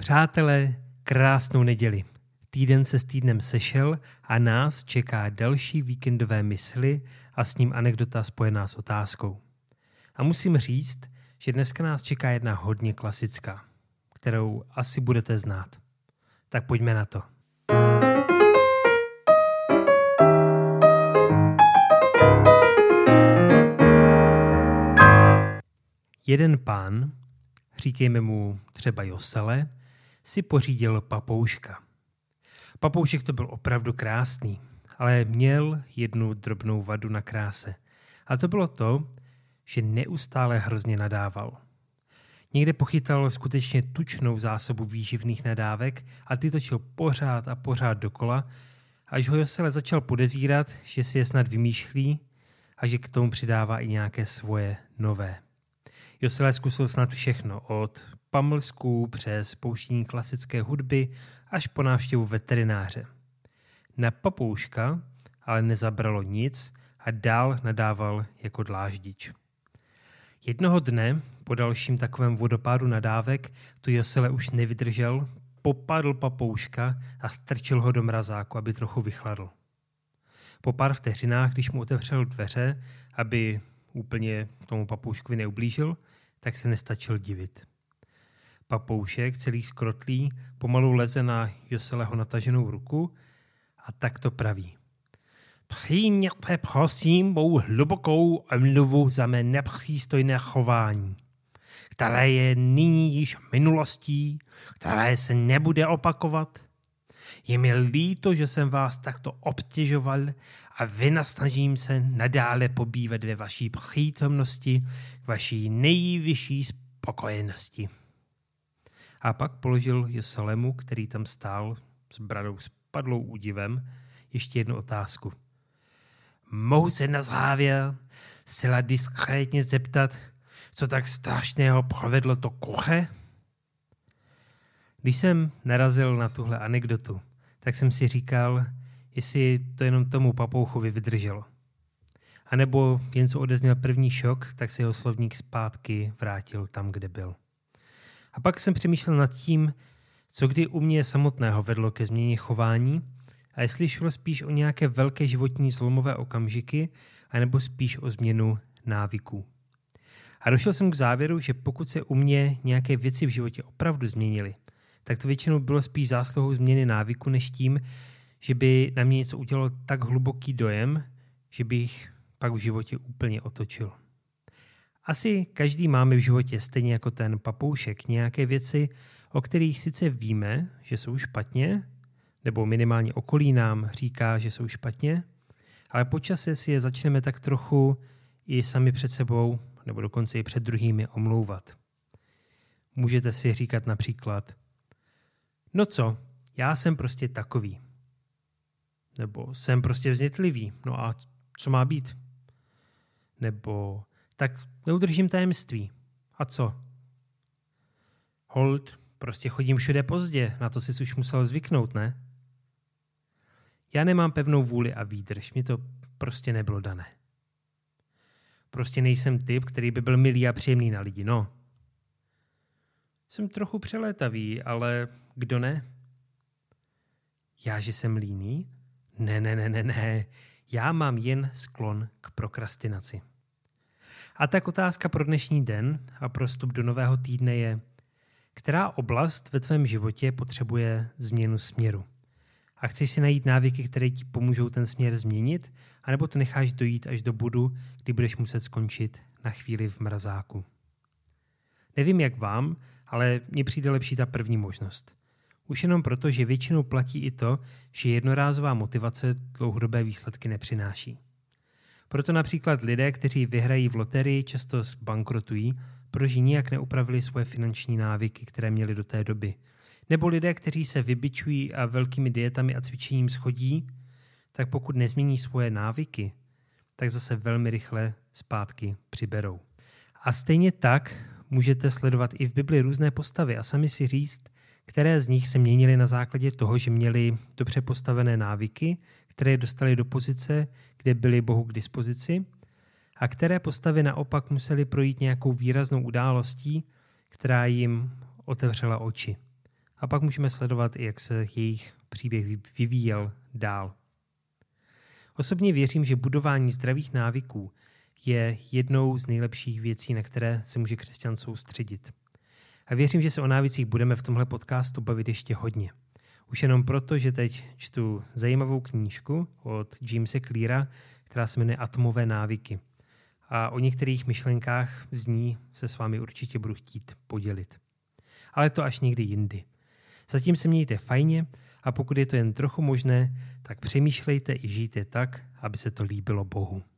Přátelé, krásnou neděli. Týden se s týdnem sešel a nás čeká další víkendové mysli a s ním anekdota spojená s otázkou. A musím říct, že dneska nás čeká jedna hodně klasická, kterou asi budete znát. Tak pojďme na to. Jeden pán, říkejme mu třeba Josele, si pořídil papouška. Papoušek to byl opravdu krásný, ale měl jednu drobnou vadu na kráse. A to bylo to, že neustále hrozně nadával. Někde pochytal skutečně tučnou zásobu výživných nadávek a ty točil pořád a pořád dokola, až ho Josele začal podezírat, že si je snad vymýšlí a že k tomu přidává i nějaké svoje nové. Josele zkusil snad všechno, od pamlsků přes pouštění klasické hudby až po návštěvu veterináře. Na papouška ale nezabralo nic a dál nadával jako dláždič. Jednoho dne, po dalším takovém vodopádu nadávek, tu Josele už nevydržel, popadl papouška a strčil ho do mrazáku, aby trochu vychladl. Po pár vteřinách, když mu otevřel dveře, aby úplně tomu papouškovi neublížil, tak se nestačil divit. Papoušek, celý skrotlý, pomalu leze na Joseleho nataženou ruku a tak to praví. Přijměte prosím mou hlubokou omluvu za mé nepřístojné chování, které je nyní již minulostí, které se nebude opakovat. Je mi líto, že jsem vás takto obtěžoval a vynasnažím se nadále pobývat ve vaší přítomnosti k vaší nejvyšší spokojenosti. A pak položil Joselemu, který tam stál s bradou spadlou údivem, ještě jednu otázku. Mohu se na závěr zcela diskrétně zeptat, co tak strašného provedlo to kuře? Když jsem narazil na tuhle anekdotu, tak jsem si říkal, jestli to jenom tomu papouchovi vydrželo. A nebo jen co odezněl první šok, tak se jeho slovník zpátky vrátil tam, kde byl. A pak jsem přemýšlel nad tím, co kdy u mě samotného vedlo ke změně chování a jestli šlo spíš o nějaké velké životní zlomové okamžiky, anebo spíš o změnu návyků. A došel jsem k závěru, že pokud se u mě nějaké věci v životě opravdu změnily, tak to většinou bylo spíš zásluhou změny návyku, než tím, že by na mě něco udělalo tak hluboký dojem, že bych pak v životě úplně otočil. Asi každý máme v životě, stejně jako ten papoušek, nějaké věci, o kterých sice víme, že jsou špatně, nebo minimálně okolí nám říká, že jsou špatně, ale po čase si je začneme tak trochu i sami před sebou, nebo dokonce i před druhými omlouvat. Můžete si říkat například, no co, já jsem prostě takový. Nebo jsem prostě vznětlivý, no a co má být? Nebo tak neudržím tajemství. A co? Hold, prostě chodím všude pozdě, na to jsi už musel zvyknout, ne? Já nemám pevnou vůli a výdrž, mi to prostě nebylo dané. Prostě nejsem typ, který by byl milý a příjemný na lidi, no. Jsem trochu přelétavý, ale kdo ne? Já, že jsem líný? Ne. Já mám jen sklon k prokrastinaci. A tak otázka pro dnešní den a pro vstup do nového týdne je, která oblast ve tvém životě potřebuje změnu směru? A chceš si najít návyky, které ti pomůžou ten směr změnit, anebo to necháš dojít až do bodu, kdy budeš muset skončit na chvíli v mrazáku? Nevím jak vám, ale mně přijde lepší ta první možnost. Už jenom proto, že většinou platí i to, že jednorázová motivace dlouhodobé výsledky nepřináší. Proto například lidé, kteří vyhrají v loterii, často zbankrotují, protože nijak neupravili svoje finanční návyky, které měli do té doby. Nebo lidé, kteří se vybičují a velkými dietami a cvičením schodí, tak pokud nezmění svoje návyky, tak zase velmi rychle zpátky přiberou. A stejně tak můžete sledovat i v Bibli různé postavy a sami si říct, které z nich se měnily na základě toho, že měli dobře postavené návyky, které je dostali do pozice, kde byly Bohu k dispozici, a které postavy naopak museli projít nějakou výraznou událostí, která jim otevřela oči a pak můžeme sledovat, jak se jejich příběh vyvíjel dál. Osobně věřím, že budování zdravých návyků je jednou z nejlepších věcí, na které se může křesťan soustředit. A věřím, že se o návicích budeme v tomhle podcastu bavit ještě hodně. Už jenom proto, že teď čtu zajímavou knížku od Jamese Cleara, která se jmenuje Atomové návyky. A o některých myšlenkách z ní se s vámi určitě budu chtít podělit. Ale to až někdy jindy. Zatím se mějte fajně a pokud je to jen trochu možné, tak přemýšlejte i žijte tak, aby se to líbilo Bohu.